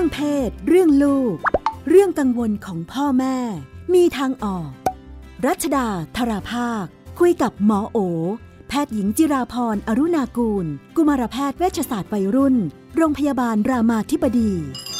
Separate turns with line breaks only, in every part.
เพศเรื่องลูกเรื่องกังวลของพ่อแม่มีทางออกรัชดาธราภาคคุยกับหมอโอแพทย์หญิงจิราพรอรุณากูลกุมารแพทย์เวชศาสตร์วัยรุ่นโรงพยาบาลรามาธิบดี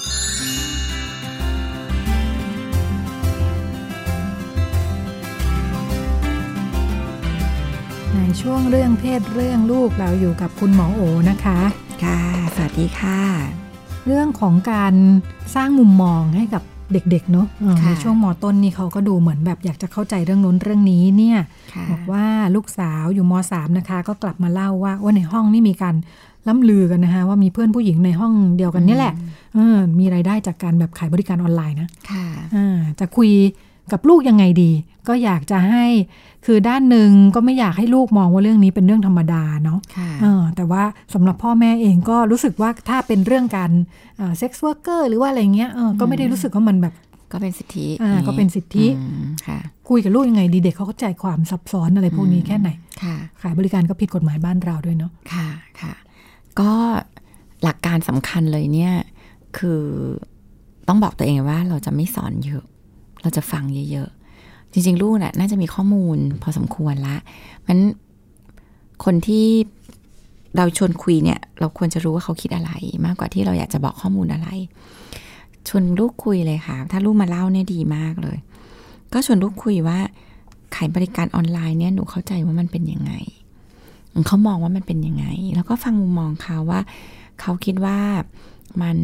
ในช่วงเรื่องเพศเรื่องลูกเราอยู่กับคุณหมอโอนะคะ
ค่ะสวัสดีค่ะ
เรื่องของการสร้างมุมมองให้กับเด็กๆเนาะในช่วงม.ต้นนี่เขาก็ดูเหมือนแบบอยากจะเข้าใจเรื่องนู้นเรื่องนี้เนี่ยบอกว่าลูกสาวอยู่ม.3 นะคะก็กลับมาเล่าว่าในห้องนี่มีการล่ำลือกันนะคะว่ามีเพื่อนผู้หญิงในห้องเดียวกันนี่แหละมีรายได้จากการแบบขายบริการออนไลน์นะจะคุยกับลูกยังไงดีก็อยากจะให้คือด้านหนึ่งก็ไม่อยากให้ลูกมองว่าเรื่องนี้เป็นเรื่องธรรมดาเนาะแต่ว่าสำหรับพ่อแม่เองก็รู้สึกว่าถ้าเป็นเรื่องการเซ็กซ์เวิร์กเกอร์หรือว่าอะไรเงี้ยก็ไม่ได้รู้สึกว่ามันแบบ
ก็เป็นสิทธิ
ก็เป็นสิทธิคุยกับลูกยังไงดีเด็กเขาเข้าใจความซับซ้อนอะไรพวกนี้แค่ไหนขายบริการก็ผิดกฎหมายบ้านเราด้วยเนาะ
ค่ะก็หลักการสำคัญเลยเนี่ยคือต้องบอกตัวเองว่าเราจะไม่สอนเยอะเราจะฟังเยอะๆจริงๆลูกน่าจะมีข้อมูลพอสมควรละงั้นคนที่เราชวนคุยเนี่ยเราควรจะรู้ว่าเขาคิดอะไรมากกว่าที่เราอยากจะบอกข้อมูลอะไรชวนลูกคุยเลยค่ะถ้าลูกมาเล่าเนี่ยดีมากเลยก็ชวนลูกคุยว่าขายบริการออนไลน์เนี่ยหนูเข้าใจว่ามันเป็นยังไงเขามองว่ามันเป็นยังไงแล้วก็ฟังมุมมองเขาว่าเขาคิดว่ามัน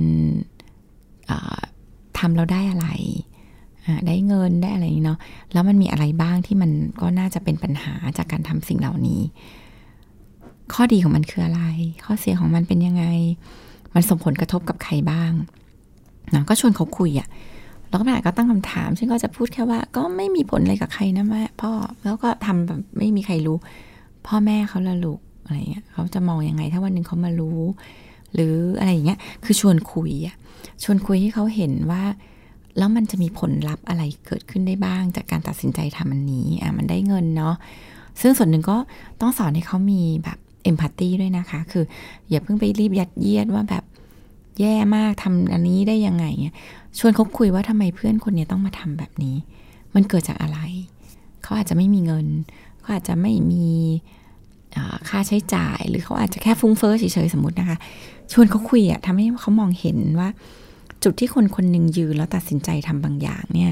ทำเราได้อะไรได้เงินได้อะไรเนาะแล้วมันมีอะไรบ้างที่มันก็น่าจะเป็นปัญหาจากการทำสิ่งเหล่านี้ข้อดีของมันคืออะไรข้อเสียของมันเป็นยังไงมันส่งผลกระทบกับใครบ้างนะก็ชวนเขาคุยแล้วก็แม่ก็ตั้งคำถามซึ่งก็จะพูดแค่ว่าก็ไม่มีผลอะไรกับใครนะแม่พ่อแล้วก็ทำแบบไม่มีใครรู้พ่อแม่เขาละลูกอะไรเงี้ยเขาจะมองยังไงถ้าวันหนึ่งเขามารู้หรืออะไรอย่างเงี้ยคือชวนคุยให้เขาเห็นว่าแล้วมันจะมีผลลัพธ์อะไรเกิดขึ้นได้บ้างจากการตัดสินใจทำอันนี้มันได้เงินเนาะซึ่งส่วนหนึ่งก็ต้องสอนให้เขามีแบบเอมพัตตีด้วยนะคะคืออย่าเพิ่งไปรีบยัดเยียดว่าแบบแย่มากทำอันนี้ได้ยังไงชวนเขาคุยว่าทำไมเพื่อนคนนี้ต้องมาทำแบบนี้มันเกิดจากอะไรเขาอาจจะไม่มีเงินเขาอาจจะไม่มีค่าใช้จ่ายหรือเขาอาจจะแค่ฟุ้งเฟ้อเฉยๆสมมตินะคะชวนเขาคุยทำให้เขามองเห็นว่าจุดที่คนหนึ่งยืนแล้วตัดสินใจทำบางอย่างเนี่ย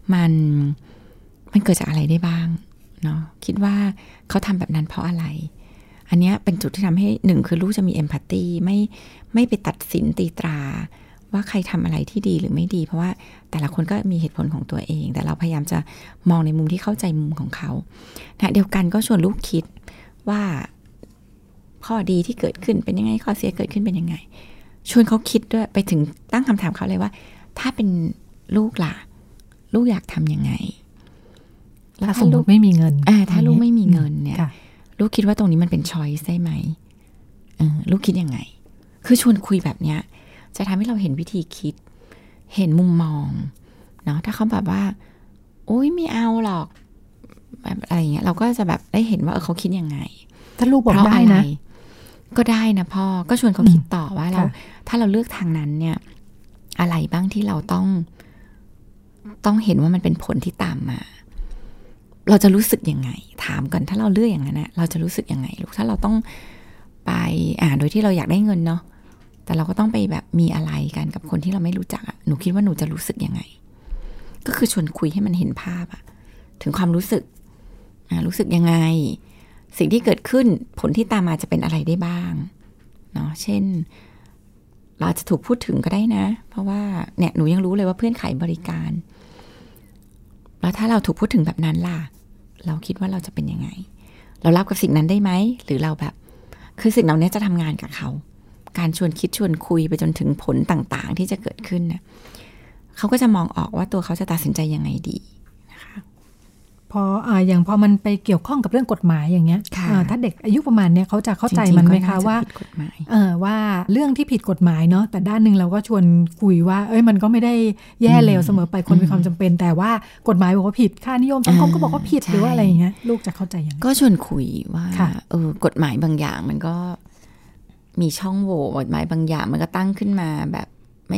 มันเกิดจากอะไรได้บ้างเนาะคิดว่าเขาทำแบบนั้นเพราะอะไรอันนี้เป็นจุดที่ทำให้หนึ่งคือลูกจะมีเอมพัตตีไม่ไปตัดสินตีตราว่าใครทำอะไรที่ดีหรือไม่ดีเพราะว่าแต่ละคนก็มีเหตุผลของตัวเองแต่เราพยายามจะมองในมุมที่เข้าใจมุมของเขาเดียวกันก็ชวนลูกคิดว่าข้อดีที่เกิดขึ้นเป็นยังไงข้อเสียเกิดขึ้นเป็นยังไงชวนเขาคิดด้วยไปถึงตั้งคำถามเขาเลยว่าถ้าเป็นลูกล่ะลูกอยากทำยังไง
แล้วถ้าลูกไม่มีเงิน
ถ้าลูกไม่มีเงินเนี่ยลูกคิดว่าตรงนี้มันเป็นช้อยส์ได้ไหมลูกคิดยังไงคือชวนคุยแบบเนี้ยจะทำให้เราเห็นวิธีคิดเห็นมุมมองเนาะถ้าเขาแบบว่าโอ๊ยไม่เอาหรอกแบบอะไรเงี้ยเราก็จะแบบได้เห็นว่าเขาคิดยังไง
ถ้าลูกบอกได้นะ
ก็ได้นะพ่อก็ชวนเขาคิดต่อว่าเราถ้าเราเลือกทางนั้นเนี่ยอะไรบ้างที่เราต้องเห็นว่ามันเป็นผลที่ตามมาเราจะรู้สึกยังไงถามก่อนถ้าเราเลือกอย่างนั้นนะเราจะรู้สึกยังไงลูกถ้าเราต้องไปโดยที่เราอยากได้เงินเนาะแต่เราก็ต้องไปแบบมีอะไรกันกับคนที่เราไม่รู้จักหนูคิดว่าหนูจะรู้สึกยังไงก็คือชวนคุยให้มันเห็นภาพถึงความรู้สึกรู้สึกยังไงสิ่งที่เกิดขึ้นผลที่ตามมาจะเป็นอะไรได้บ้างเนาะเช่นเราจะถูกพูดถึงก็ได้นะเพราะว่าเนี่ยหนูยังรู้เลยว่าเพื่อนขายบริการแล้วถ้าเราถูกพูดถึงแบบนั้นล่ะเราคิดว่าเราจะเป็นยังไงเรารับกับสิ่งนั้นได้ไหมหรือเราแบบคือสิ่งเหล่านี้จะทำงานกับเขาการชวนคิดชวนคุยไปจนถึงผลต่างๆที่จะเกิดขึ้นนะเขาก็จะมองออกว่าตัวเขาจะตัดสินใจยังไงดีนะคะ
พออย่างพอมันไปเกี่ยวข้องกับเรื่องกฎหมายอย่างเงี้ยถ้าเด็กอายุประมาณเนี้ยเขาจะเข้าใจมันไหมคะว่าเรื่องที่ผิดกฎหมายเนาะแต่ด้านนึงเราก็ชวนคุยว่ามันก็ไม่ได้แย่เลวเสมอไปคนมีความจำเป็นแต่ว่ากฎหมายบอกว่าผิดค่านิยมสังคมก็บอกว่าผิดหรือว่าอะไรอย่างเงี้ยลูกจะเข้าใจยังไง
ก็ชวนคุยว่ากฎหมายบางอย่างมันก็มีช่องโหว่กฎหมายบางอย่างมันก็ตั้งขึ้นมาแบบไม่ได้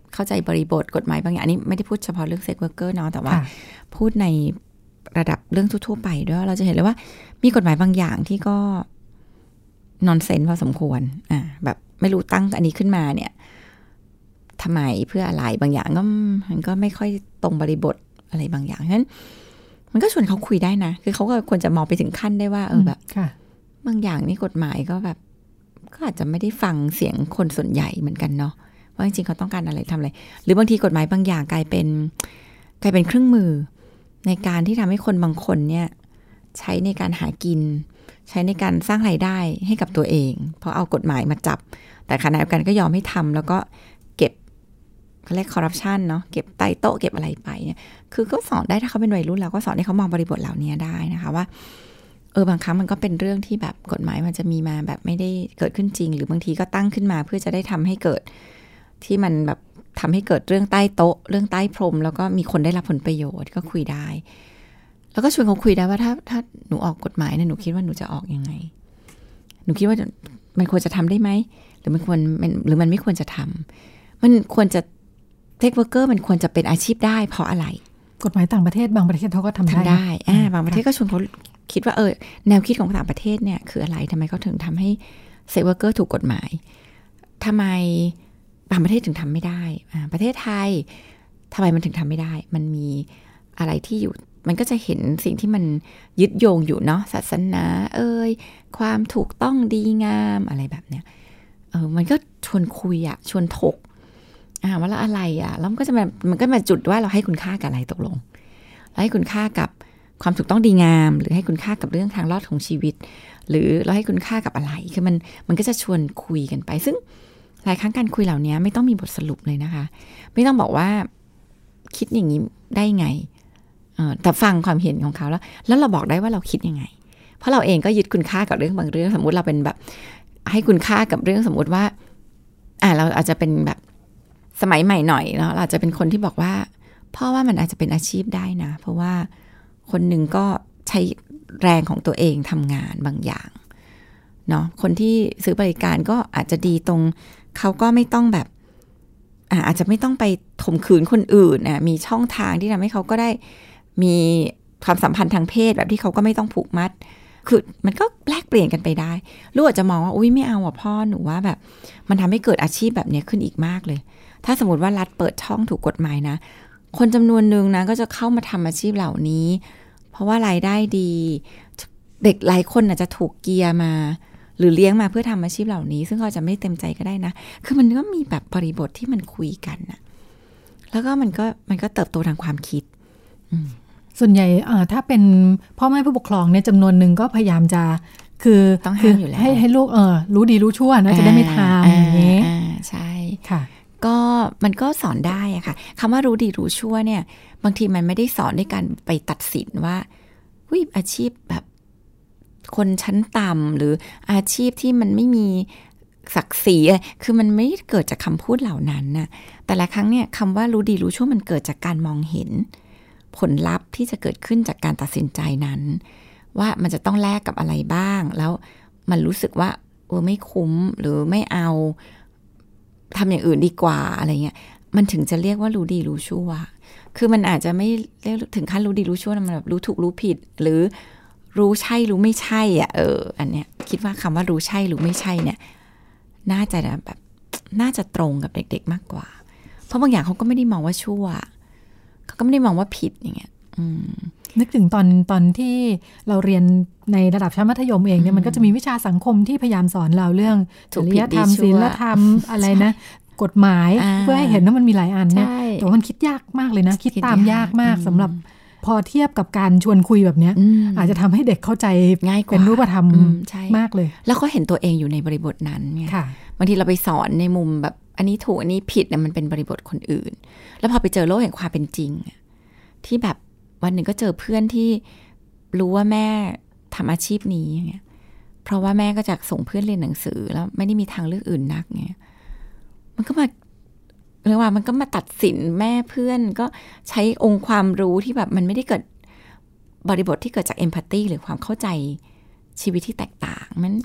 เข้าใจบริบทกฎหมายบางอย่างอันนี้ไม่ได้พูดเฉพาะเรื่องเซ็กเวิร์กเกอร์เนาะแต่ว่าพูดในระดับเรื่องทั่วๆไปด้วยเราจะเห็นเลยว่ามีกฎหมายบางอย่างที่ก็นอนเซนส์พอสมควรแบบไม่รู้ตั้งอันนี้ขึ้นมาเนี่ยทำไมเพื่ออะไรบางอย่างก็มันก็ไม่ค่อยตรงบริบทอะไรบางอย่างฉะนั้นมันก็ชวนเขาคุยได้นะคือเขาก็ควรจะมองไปถึงขั้นได้ว่าแบบบางอย่างนี่กฎหมายก็แบบก็อาจจะไม่ได้ฟังเสียงคนส่วนใหญ่เหมือนกันเนาะว่าจริงๆเขาต้องการอะไรทำอะไรหรือบางทีกฎหมายบางอย่างกลายเป็นเครื่องมือในการที่ทำให้คนบางคนเนี่ยใช้ในการหากินใช้ในการสร้างรายได้ให้กับตัวเองเพราะเอากฎหมายมาจับแต่ขณะเดียวกันก็ยอมให้ทำแล้วก็เก็บเขาเรียกคอร์รัปชันเนาะเก็บใต้โต๊ะเก็บอะไรไปเนี่ยคือก็สอนได้ถ้าเขาเป็นวัยรุ่นแล้วก็สอนให้เขามองบริบทเหล่านี้ได้นะคะว่าบางครั้งมันก็เป็นเรื่องที่แบบกฎหมายมันจะมีมาแบบไม่ได้เกิดขึ้นจริงหรือบางทีก็ตั้งขึ้นมาเพื่อจะได้ทำให้เกิดที่มันแบบทำให้เกิดเรื่องใต้โต๊ะเรื่องใต้พรมแล้วก็มีคนได้รับผลประโยชน์ก็คุยได้แล้วก็ชวนเขาคุยได้ว่าถ้าหนูออกกฎหมายเนี่ยหนูคิดว่าหนูจะออกยังไงหนูคิดว่ามันควรจะทำได้ไหมหรือมันไม่ควรจะทำมันควรจะเทคเวิร์กเกอร์มันควรจะเป็นอาชีพได้เพราะอะไร
กฎหมายต่างประเทศบางประเทศเขาก็ทำได้
บางประเทศก็ชวนเขาคิดว่าแนวคิดของต่างประเทศเนี่ยคืออะไรทำไมเขาถึงทำให้เซ็กเวิร์กเกอร์ถูกกฎหมายทำไมบางประเทศถึงทำไม่ได้ประเทศไทยทำไมมันถึงทำไม่ได้มันมีอะไรที่อยู่มันก็จะเห็นสิ่งที่มันยึดโยงอยู่เนาะศาสนาความถูกต้องดีงามอะไรแบบเนี้ยมันก็ชวนคุยชวนถกว่าแล้วอะไรแล้วมันก็มาจุดว่าเราให้คุณค่ากับอะไรตกลงเราให้คุณค่ากับความถูกต้องดีงามหรือให้คุณค่ากับเรื่องทางรอดของชีวิตหรือเราให้คุณค่ากับอะไรคือมันก็จะชวนคุยกันไปซึ่งหลายครั้งการคุยเหล่านี้ไม่ต้องมีบทสรุปเลยนะคะไม่ต้องบอกว่าคิดอย่างนี้ได้ไงแต่ฟังความเห็นของเขาแล้วเราบอกได้ว่าเราคิดยังไงเพราะเราเองก็ยึดคุณค่ากับเรื่องบางเรื่องสมมุติเราเป็นแบบให้คุณค่ากับเรื่องสมมุติว่าเราอาจจะเป็นแบบสมัยใหม่หน่อยเนาะเราอาจจะเป็นคนที่บอกว่าเพราะว่ามันอาจจะเป็นอาชีพได้นะเพราะว่าคนหนึ่งก็ใช้แรงของตัวเองทำงานบางอย่างเนาะคนที่ซื้อบริการก็อาจจะดีตรงเขาก็ไม่ต้องแบบอาจจะไม่ต้องไปข่มขืนคนอื่นมีช่องทางที่ทำให้เขาก็ได้มีความสัมพันธ์ทางเพศแบบที่เขาก็ไม่ต้องผูกมัดคือมันก็แลกเปลี่ยนกันไปได้ลูกอาจจะมองว่าอุ้ยไม่เอาพ่อหนูว่าแบบมันทำให้เกิดอาชีพแบบนี้ขึ้นอีกมากเลยถ้าสมมติว่ารัฐเปิดช่องถูกกฎหมายนะคนจำนวนหนึ่งนะก็จะเข้ามาทำอาชีพเหล่านี้เพราะว่ารายได้ดีเด็กหลายคนอาจจะถูกเกียร์มาหรือเลี้ยงมาเพื่อทำอาชีพเหล่านี้ซึ่งเขาจะไม่เต็มใจก็ได้นะคือมันก็มีแบบบริบทที่มันคุยกันนะแล้วก็มันก็เติบโตทางความคิด
ส่วนใหญ่ถ้าเป็นพ่อแม่ผู้ปกครองเนี่ยจำนวนหนึ่งก็พยายามจะคือ
ต้องห้ามอยู่แล้ว
ให้ลูกรู้ดีรู้ชั่วนะจะได้ไม่ทำอย่างนี้
ใช่
ค่ะ
ก็มันก็สอนได้อะค่ะคำว่ารู้ดีรู้ชั่วเนี่ยบางทีมันไม่ได้สอนด้วยการไปตัดสินว่าอาชีพแบบคนชั้นต่ำหรืออาชีพที่มันไม่มีศักดิ์ศรีคือมันไม่เกิดจากคำพูดเหล่านั้นน่ะแต่ละครั้งเนี่ยคำว่ารู้ดีรู้ชั่วมันเกิดจากการมองเห็นผลลัพธ์ที่จะเกิดขึ้นจากการตัดสินใจนั้นว่ามันจะต้องแลกกับอะไรบ้างแล้วมันรู้สึกว่าไม่คุ้มหรือไม่เอาทำอย่างอื่นดีกว่าอะไรเงี้ยมันถึงจะเรียกว่ารู้ดีรู้ชั่วคือมันอาจจะไม่เรียกถึงขั้นรู้ดีรู้ชั่วมันแบบรู้ถูกรู้ผิดหรือรู้ใช่รู้ไม่ใช่อันเนี้ยคิดว่าคำว่ารู้ใช่รู้ไม่ใช่เนี่ยน่าจะตรงกับเด็กๆมากกว่าเพราะบางอย่างเขาก็ไม่ได้มองว่าชั่วเขาก็ไม่ได้มองว่าผิดอย่างเงี้ย
นึกถึงตอนที่เราเรียนในระดับชั้นมัธยมเองเนี่ยมันก็จะมีวิชาสังคมที่พยายามสอนเราเรื่องจริยธรรมศีลธรรมอะไรนะกฎหมายเพื่อให้เห็นว่ามันมีหลายอันเนี่ยแต่มันคิดยากมากเลยนะคิดตามยากมากสำหรับพอเทียบกับการชวนคุยแบบนี้อาจจะทำให้เด็กเข้าใจ
ง่ายกว่า
เป็นรูปธรรมมากเลย
แล้วก็เห็นตัวเองอยู่ในบริบทนั้นไงบางทีเราไปสอนในมุมแบบอันนี้ถูกอันนี้ผิดเนี่ยมันเป็นบริบทคนอื่นแล้วพอไปเจอโลกแห่งความเป็นจริงที่แบบวันหนึ่งก็เจอเพื่อนที่รู้ว่าแม่ทำอาชีพนี้อย่างเงี้ยเพราะว่าแม่ก็จะส่งเพื่อนเรียนหนังสือแล้วไม่ได้มีทางเลือกอื่นนักเงี้ยมันก็มาเรียกว่ามันก็มาตัดสินแม่เพื่อนก็ใช้องค์ความรู้ที่แบบมันไม่ได้เกิดบริบทที่เกิดจากเอมพัตตีหรือความเข้าใจชีวิตที่แตกต่าง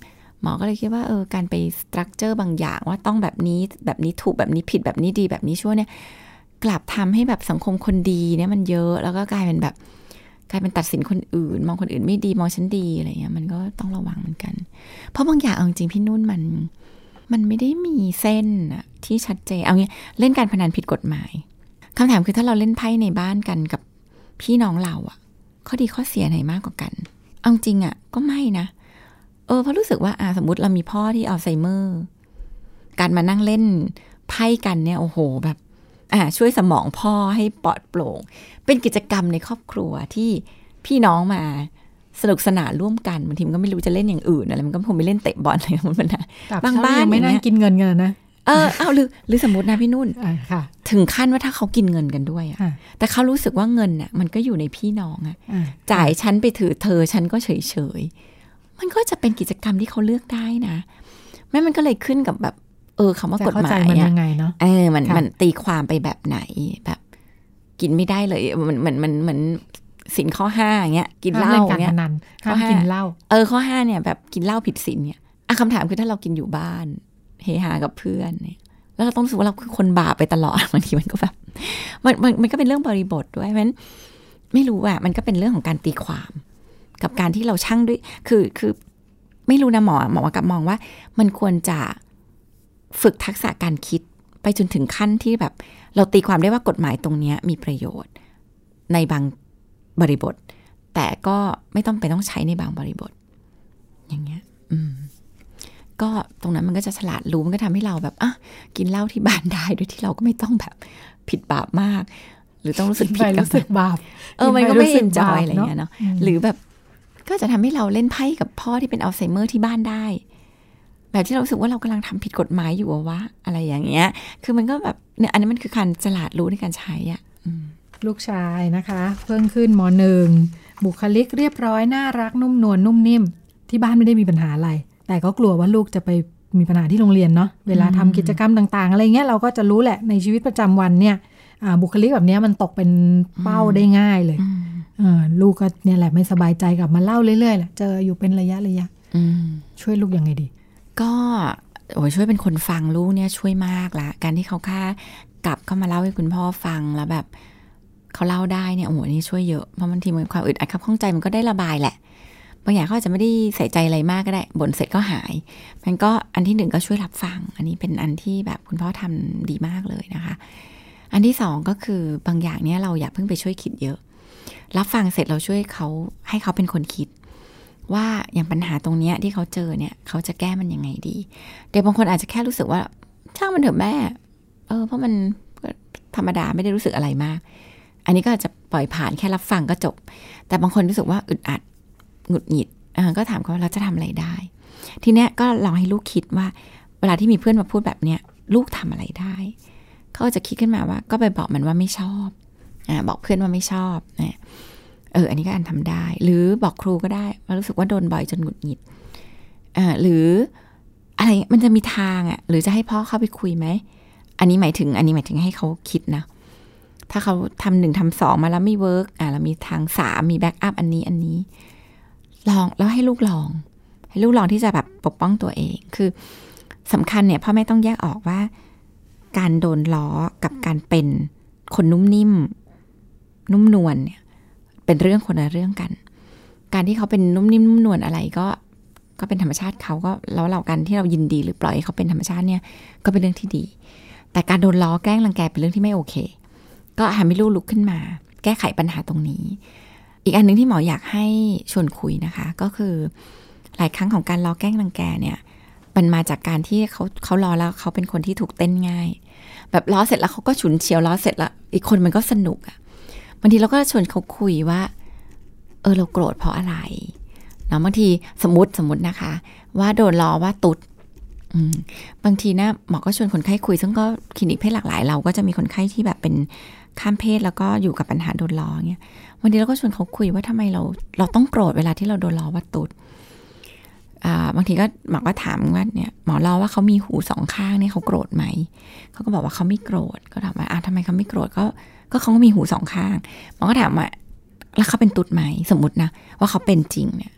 หมอก็เลยคิดว่าการไปสตรัคเจอร์บางอย่างว่าต้องแบบนี้ถูกแบบนี้ผิดแบบนี้ดีแบบนี้ชั่วเนี่ยกลับทำให้แบบสังคมคนดีเนี่ยมันเยอะแล้วก็กลายเป็นตัดสินคนอื่นมองคนอื่นไม่ดีมองฉันดีอะไรเงี้ยมันก็ต้องระวังเหมือนกันเพราะบางอย่างเอาจริงพี่นุ่นมันไม่ได้มีเส้นอะที่ชัดเจนเอางี้เล่นการพนันผิดกฎหมายคำถามคือถ้าเราเล่นไพ่ในบ้านกันกับพี่น้องเราอะข้อดีข้อเสียไหนมากกว่ากันเอาจริงอะก็ไม่นะเพราะรู้สึกว่าสมมติเรามีพ่อที่อัลไซเมอร์การมานั่งเล่นไพ่กันเนี่ยโอ้โหแบบช่วยสมองพ่อให้ปลอดโปร่งเป็นกิจกรรมในครอบครัวที่พี่น้องมาสนุกสนานร่วมกันบางทีมันก็ไม่รู้จะเล่นอย่างอื่นอะไรมันก็คงไปเล่นเตะบอลอะไรมันนะ
บางบ้านไม่นั่งกินเงินกันนะ
หรือสมมตินะพี่นุ่นถึงขั้นว่าถ้าเขากินเงินกันด้วยแต่เขารู้สึกว่าเงินน่ะมันก็อยู่ในพี่น้องจ่ายฉันไปถือเธอฉันก็เฉยมันก็จะเป็นกิจกรรมที่เขาเลือกได้นะแม่มันก็เลยขึ้นกับแบบคำว่ากฎหมาย
มันยังไงเนาะ
มันตีความไปแบบไหนแบบกินไม่ได้เลยมันศีลข้อ5อย่างเงี้ยกินเหล้าเงี้ย
ห้ามกินเหล้า
ข้อ5เนี่ยแบบกินเหล้าผิดศีลเนี่ยคำถามคือถ้าเรากินอยู่บ้านเฮฮากับเพื่อนเนี่ยแล้วเราต้องรู้สึกว่าเราคือคนบาปไปตลอดบางทีมันก็แบบมันก็เป็นเรื่องบริบทด้วยเพราะฉะนั้นไม่รู้อ่ะมันก็เป็นเรื่องของการตีความกับการที่เราชั่งด้วยคือไม่รู้นะหมอกับมองว่ามันควรจะฝึกทักษะการคิดไปจนถึงขั้นที่แบบเราตีความได้ว่ากฎหมายตรงนี้มีประโยชน์ในบางบริบทแต่ก็ไม่ต้องไปต้องใช้ในบางบริบทอย่างเงี้ยก็ตรงนั้นมันก็จะฉลาดรู้มันก็ทำให้เราแบบกินเหล้าที่บ้านได้โดยที่เราก็ไม่ต้องแบบผิดบาปมากหรือต้องรู้สึกผิดกับ
รู้สึกบาป
มันก็ไม่เอ็นจอยอะไรเงี้ยเนาะหรือแบบก็จะทำให้เราเล่นไพ่กับพ่อที่เป็นอัลไซเมอร์ที่บ้านได้แบบที่เรารู้สึกว่าเรากำลังทำผิดกฎหมายอยู่วะอะไรอย่างเงี้ยคือมันก็แบบเนี่ยอันนี้มันคือการฉลาดรู้ในการใช้อ่ะ
ลูกชายนะคะเพิ่งขึ้นม.1 บุคลิกเรียบร้อยน่ารักนุ่มนวลนุ่มนิ่มที่บ้านไม่ได้มีปัญหาอะไรแต่ก็กลัวว่าลูกจะไปมีปัญหาที่โรงเรียนเนาะเวลาทำกิจกรรมต่างๆอะไรเงี้ยเราก็จะรู้แหละในชีวิตประจำวันเนี่ยบุคลิกแบบนี้มันตกเป็นเป้าได้ง่ายเลยลูกก็เนี่ยแหละไม่สบายใจกลับมาเล่าเรื่อยๆแหละเจออยู่เป็นระยะช่วยลูกยังไงดี
ก็ช่วยเป็นคนฟังลูกเนี่ยช่วยมากละการที่เขาแค่กลับเข้ามาเล่าให้คุณพ่อฟังแล้วแบบเขาเล่าได้เนี่ยนี่ช่วยเยอะเพราะบางทีมันความอึดอัดขับข้องใจมันก็ได้ระบายแหละบางอย่างเขาอาจจะไม่ได้ใส่ใจอะไรมากก็ได้บ่นเสร็จก็หายมันก็อันที่1ก็ช่วยรับฟังอันนี้เป็นอันที่แบบคุณพ่อทำดีมากเลยนะคะอันที่2ก็คือบางอย่างเนี่ยเราอย่าเพิ่งไปช่วยคิดเยอะรับฟังเสร็จเราช่วยเขาให้เขาเป็นคนคิดว่าอย่างปัญหาตรงนี้ที่เขาเจอเนี่ยเขาจะแก้มันยังไงดีเด็กบางคนอาจจะแค่รู้สึกว่าช่างมันเถอะแม่เพราะมันธรรมดาไม่ได้รู้สึกอะไรมากอันนี้ก็อาจจะปล่อยผ่านแค่รับฟังก็จบแต่บางคนรู้สึกว่าอึดอัดหงุดหงิดก็ถามเขาว่าเราจะทำอะไรได้ทีเนี้ยก็ลองให้ลูกคิดว่าเวลาที่มีเพื่อนมาพูดแบบเนี้ยลูกทำอะไรได้เขาจะคิดขึ้นมาว่าก็ไปบอกมันว่าไม่ชอบบอกเพื่อนว่าไม่ชอบนะอันนี้ก็อันทำได้หรือบอกครูก็ได้ว่ารู้สึกว่าโดนบ่อยจนหงุดหงิดหรืออะไรมันจะมีทางหรือจะให้พ่อเข้าไปคุยไหมอันนี้หมายถึงให้เขาคิดนะถ้าเขาทำ1ทำ2มาแล้วไม่เวิร์กแล้วมีทาง3มีแบ็กอัพอันนี้ลองแล้วให้ลูกลองที่จะแบบปกป้องตัวเองคือสำคัญเนี่ยพ่อแม่ต้องแยกออกว่าการโดนล้อกับการเป็นคนนุ่มนิ่มนุ่มนวลเนี่ยเป็นเรื่องคนละเรื่องกันการที่เขาเป็นนุ่มนิ่มนุ่มนวลอะไรก็เป็นธรรมชาติเขาก็แล้วเรากันที่เรายินดีหรือปล่อยให้เขาเป็นธรรมชาติเนี่ยก็เป็นเรื่องที่ดีแต่การโดนล้อแกล้งรังแกเป็นเรื่องที่ไม่โอเคก็ทำให้ลูกลุกขึ้นมาแก้ไขปัญหาตรงนี้อีกอันนึงที่หมออยากให้ชวนคุยนะคะก็คือหลายครั้งของการล้อแกล้งรังแกเนี่ยมันมาจากการที่เขาล้อแล้วเขาเป็นคนที่ถูกเต้นง่ายแบบล้อเสร็จแล้วเขาก็ฉุนเฉียวล้อเสร็จแล้วอีกคนมันก็สนุกบางทีเราก็ชวนเขาคุยว่าเราโกรธเพราะอะไรเนาะบางทีสมมตินะคะว่าโดนล้อว่าตุ๊ดบางทีนะหมอก็ชวนคนไข้คุยซึ่งก็คลินิกเพศหลากหลายเราก็จะมีคนไข้ที่แบบเป็นข้ามเพศแล้วก็อยู่กับปัญหาโดนล้อเงี้ยวันนี้เราก็ชวนเขาคุยว่าทำไมเราต้องโกรธเวลาที่เราโดนล้อว่าตุ๊ดบางทีก็หมอก็ถามว่าเนี่ยหมอเล่าว่าเขามีหู2ข้างเนี่ยเขาโกรธไหมเขาก็บอกว่าเขาไม่โกรธก็ถามว่าทำไมเขาไม่โกรธก็เขาก็มีหู2ข้างหมอก็ถามว่าแล้วเขาเป็นตุ๊ดไหมสมมตินะว่าเขาเป็นจริงเนี่ยห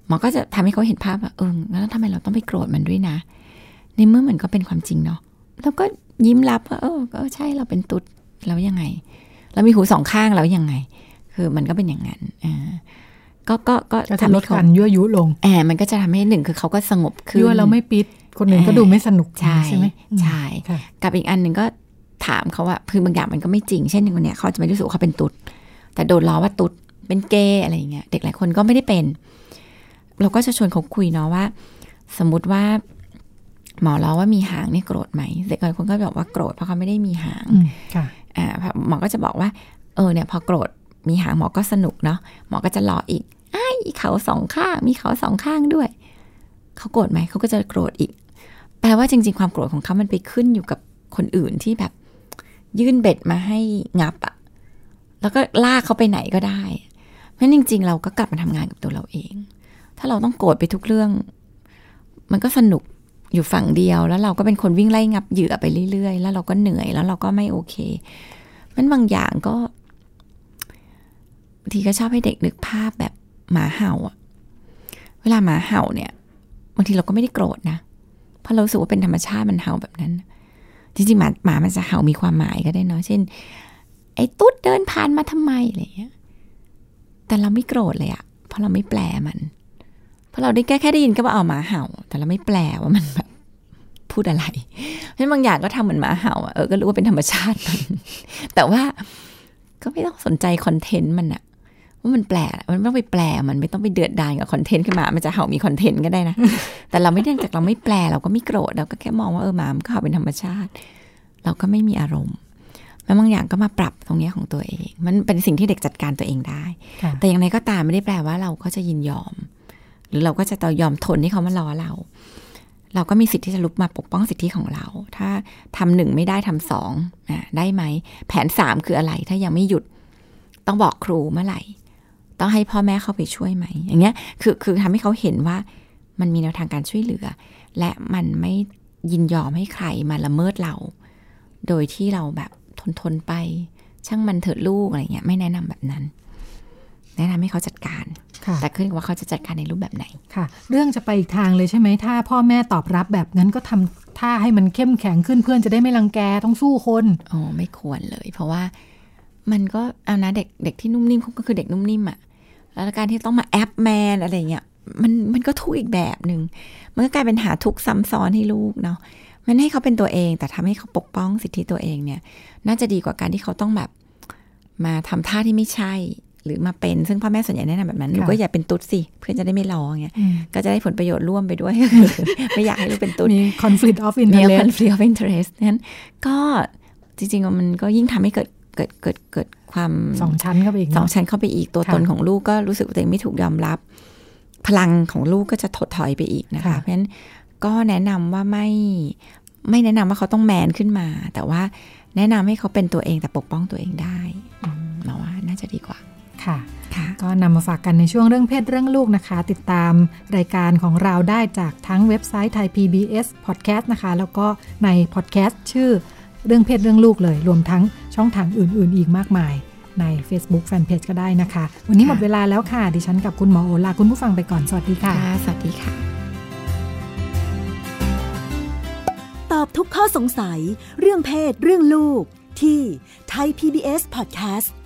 หมอก็จะทำให้เขาเห็นภาพว่าแล้วทำไมเราต้องไปโกรธมันด้วยนะในเมื่อมันก็เป็นความจริงเนาะแล้วก็ยิ้มรับว่าก็ใช่เราเป็นตุ๊ดแล้วยังไงเรามีหูสองข้างแล้วยังไงคือมันก็เป็นอย่างนั้นก็
ทำให้เขายั่วยุลง
มันก็จะทำให้หนึ่งคือเขาก็สงบขึ้น
ยั่วเราไม่ปิดคนอื่นก็ดูไม่สนุกใช่ไหม
ใช่กับอีกอันหนึ่งก็ถามเขาว่าคือบางอย่างมันก็ไม่จริงเช่นคนเนี้ยเขาจะไม่รู้สึกว่าเขาเป็นตุ๊ดแต่โดนล้อว่าตุ๊ดเป็นเกย์อะไรอย่างเงี้ยเด็กหลายคนก็ไม่ได้เป็นเราก็จะชวนเขาคุยเนาะว่าสมมุติว่าหมอล้อว่ามีหางเนี่ยโกรธไหมเด็กหลายคนก็บอกว่าโกรธเพราะเขาไม่ได้มีหางหมอก็จะบอกว่าเนี่ยพอโกรธมีหางหมอก็สนุกเนาะหมอก็จะล้ออีกเขาสองข้างมีเขาสองข้างด้วยเขาโกรธไหมเขาก็จะโกรธอีกแปลว่าจริงๆความโกรธของเขามันไปขึ้นอยู่กับคนอื่นที่แบบยื่นเบ็ดมาให้งับอะแล้วก็ลากเขาไปไหนก็ได้เพราะจริงๆเราก็กลับมาทำงานกับตัวเราเองถ้าเราต้องโกรธไปทุกเรื่องมันก็สนุกอยู่ฝั่งเดียวแล้วเราก็เป็นคนวิ่งไล่งับเหยื่อไปเรื่อยๆแล้วเราก็เหนื่อยแล้วเราก็ไม่โอเคมันบางอย่างก็บางทีก็ชอบให้เด็กนึกภาพแบบหมาเห่าอะเวลาหมาเห่าเนี่ยบางทีเราก็ไม่ได้โกรธนะเพราะเรารู้สึกว่าเป็นธรรมชาติมันเห่าแบบนั้นจริงๆหมามันจะเห่ามีความหมายก็ได้เนาะเช่นไอ้ตุ๊ดเดินผ่านมาทำไมอะไรอย่างเงี้ยแต่เราไม่โกรธเลยอะเพราะเราไม่แปลมันเพราะเราได้แค่ได้ยินก็ว่าเอาหมาเห่าแต่เราไม่แปลว่ามันแบบพูดอะไรเพราะฉะนั้นบางอย่างก็ทำเหมือนหมาเห่าก็รู้ว่าเป็นธรรมชาติมันแต่ว่าก็ไม่ต้องสนใจคอนเทนต์มันอะว่ามันแปลมันไม่ต้องไปแปลมันไม่ต้องไปเดือดดาลกับคอนเทนต์ขึ้นมามันจะเห่ามีคอนเทนต์ก็ได้นะแต่เราไม่เนื่องจากเราไม่แปลเราก็ไม่โกรธเราก็แค่มองว่าหมามันก็เห่าเป็นธรรมชาติเราก็ไม่มีอารมณ์แล้วบางอย่างก็มาปรับตรงนี้ของตัวเองมันเป็นสิ่งที่เด็กจัดการตัวเองได้แต่อย่างไรก็ตามไม่ได้แปลว่าเราก็จะยินยอมหรือเราก็จะยอมทนให้เขามาล้อเราก็มีสิทธิ์ที่จะลุกมาปกป้องสิทธิของเราถ้าทำ1ไม่ได้ทำ2ได้ไหมแผน3คืออะไรถ้ายังไม่หยุดต้องบอกครูเมื่อไหร่ต้องให้พ่อแม่เข้าไปช่วยไหมอย่างเงี้ยคือทำให้เขาเห็นว่ามันมีแนวทางการช่วยเหลือและมันไม่ยินยอมให้ใครมาละเมิดเราโดยที่เราแบบทนไปช่างมันเถิดลูกอะไรเงี้ยไม่แนะนำแบบนั้นแนะนำให้เขาจัดการแต่ขึ้นว่าเขาจะจัดการในรูปแบบไหน
ค่ะเรื่องจะไปอีกทางเลยใช่ไหมถ้าพ่อแม่ตอบรับแบบนั้นก็ทำท่าให้มันเข้มแข็งขึ้นเพื่อนจะได้ไม่รังแกต้องสู้คน
ไม่ควรเลยเพราะว่ามันก็เอานะเด็กที่นุ่มนิ่มเขาก็คือเด็กนุ่มนิ่มอะแล้วการที่ต้องมาแอปแมนอะไรเงี้ยมันก็ทุกข์อีกแบบนึงมันก็กลายเป็นหาทุกข์ซ้ำซ้อนให้ลูกเนาะมันให้เขาเป็นตัวเองแต่ทำให้เขาปกป้องสิทธิตัวเองเนี่ยน่าจะดีกว่าการที่เขาต้องแบบมาทำท่าที่ไม่ใช่หรือมาเป็นซึ่งพ่อแม่ส่วนใหญ่แนะนำแบบนั้นหนูก็อย่าเป็นตุ๊ดสิเพื่อนจะได้ไม่ร้องเงี้ยก็จะได้ผลประโยชน์ร่วมไปด้วย ไม่อยากให้ลูกเป็นตุ๊ด
มี conflict of interest
นั้นก็จริงๆมันก็ยิ่งทำให้เกิดความ
2 ชั้นเข้าไปอีก
2 ชั้นเข้าไปอีกตัวตนของลูกก็รู้สึกตัวเองไม่ถูกยอมรับพลังของลูกก็จะถดถอยไปอีกนะคะเพราะฉะนั้นก็แนะนำว่าไม่แนะนำว่าเขาต้องแมนขึ้นมาแต่ว่าแนะนำให้เขาเป็นตัวเองแต่ปกป้องตัวเองได้เราว่าน่าจะดีกว่า
ค่ะก็นำมาฝากกันในช่วงเรื่องเพศเรื่องลูกนะคะติดตามรายการของเราได้จากทั้งเว็บไซต์ Thai PBS Podcast นะคะแล้วก็ในพอดแคสต์ชื่อเรื่องเพศเรื่องลูกเลยรวมทั้งช่องทางอื่นๆอีกมากมายใน Facebook Fanpage ก็ได้นะคะวันนี้หมดเวลาแล้วค่ะดิฉันกับคุณหมอโอลาคุณผู้ฟังไปก่อนสวัสดีค่ะ
สวัสดีค่ะ
ตอบทุกข้อสงสัยเรื่องเพศเรื่องลูกที่ Thai PBS Podcast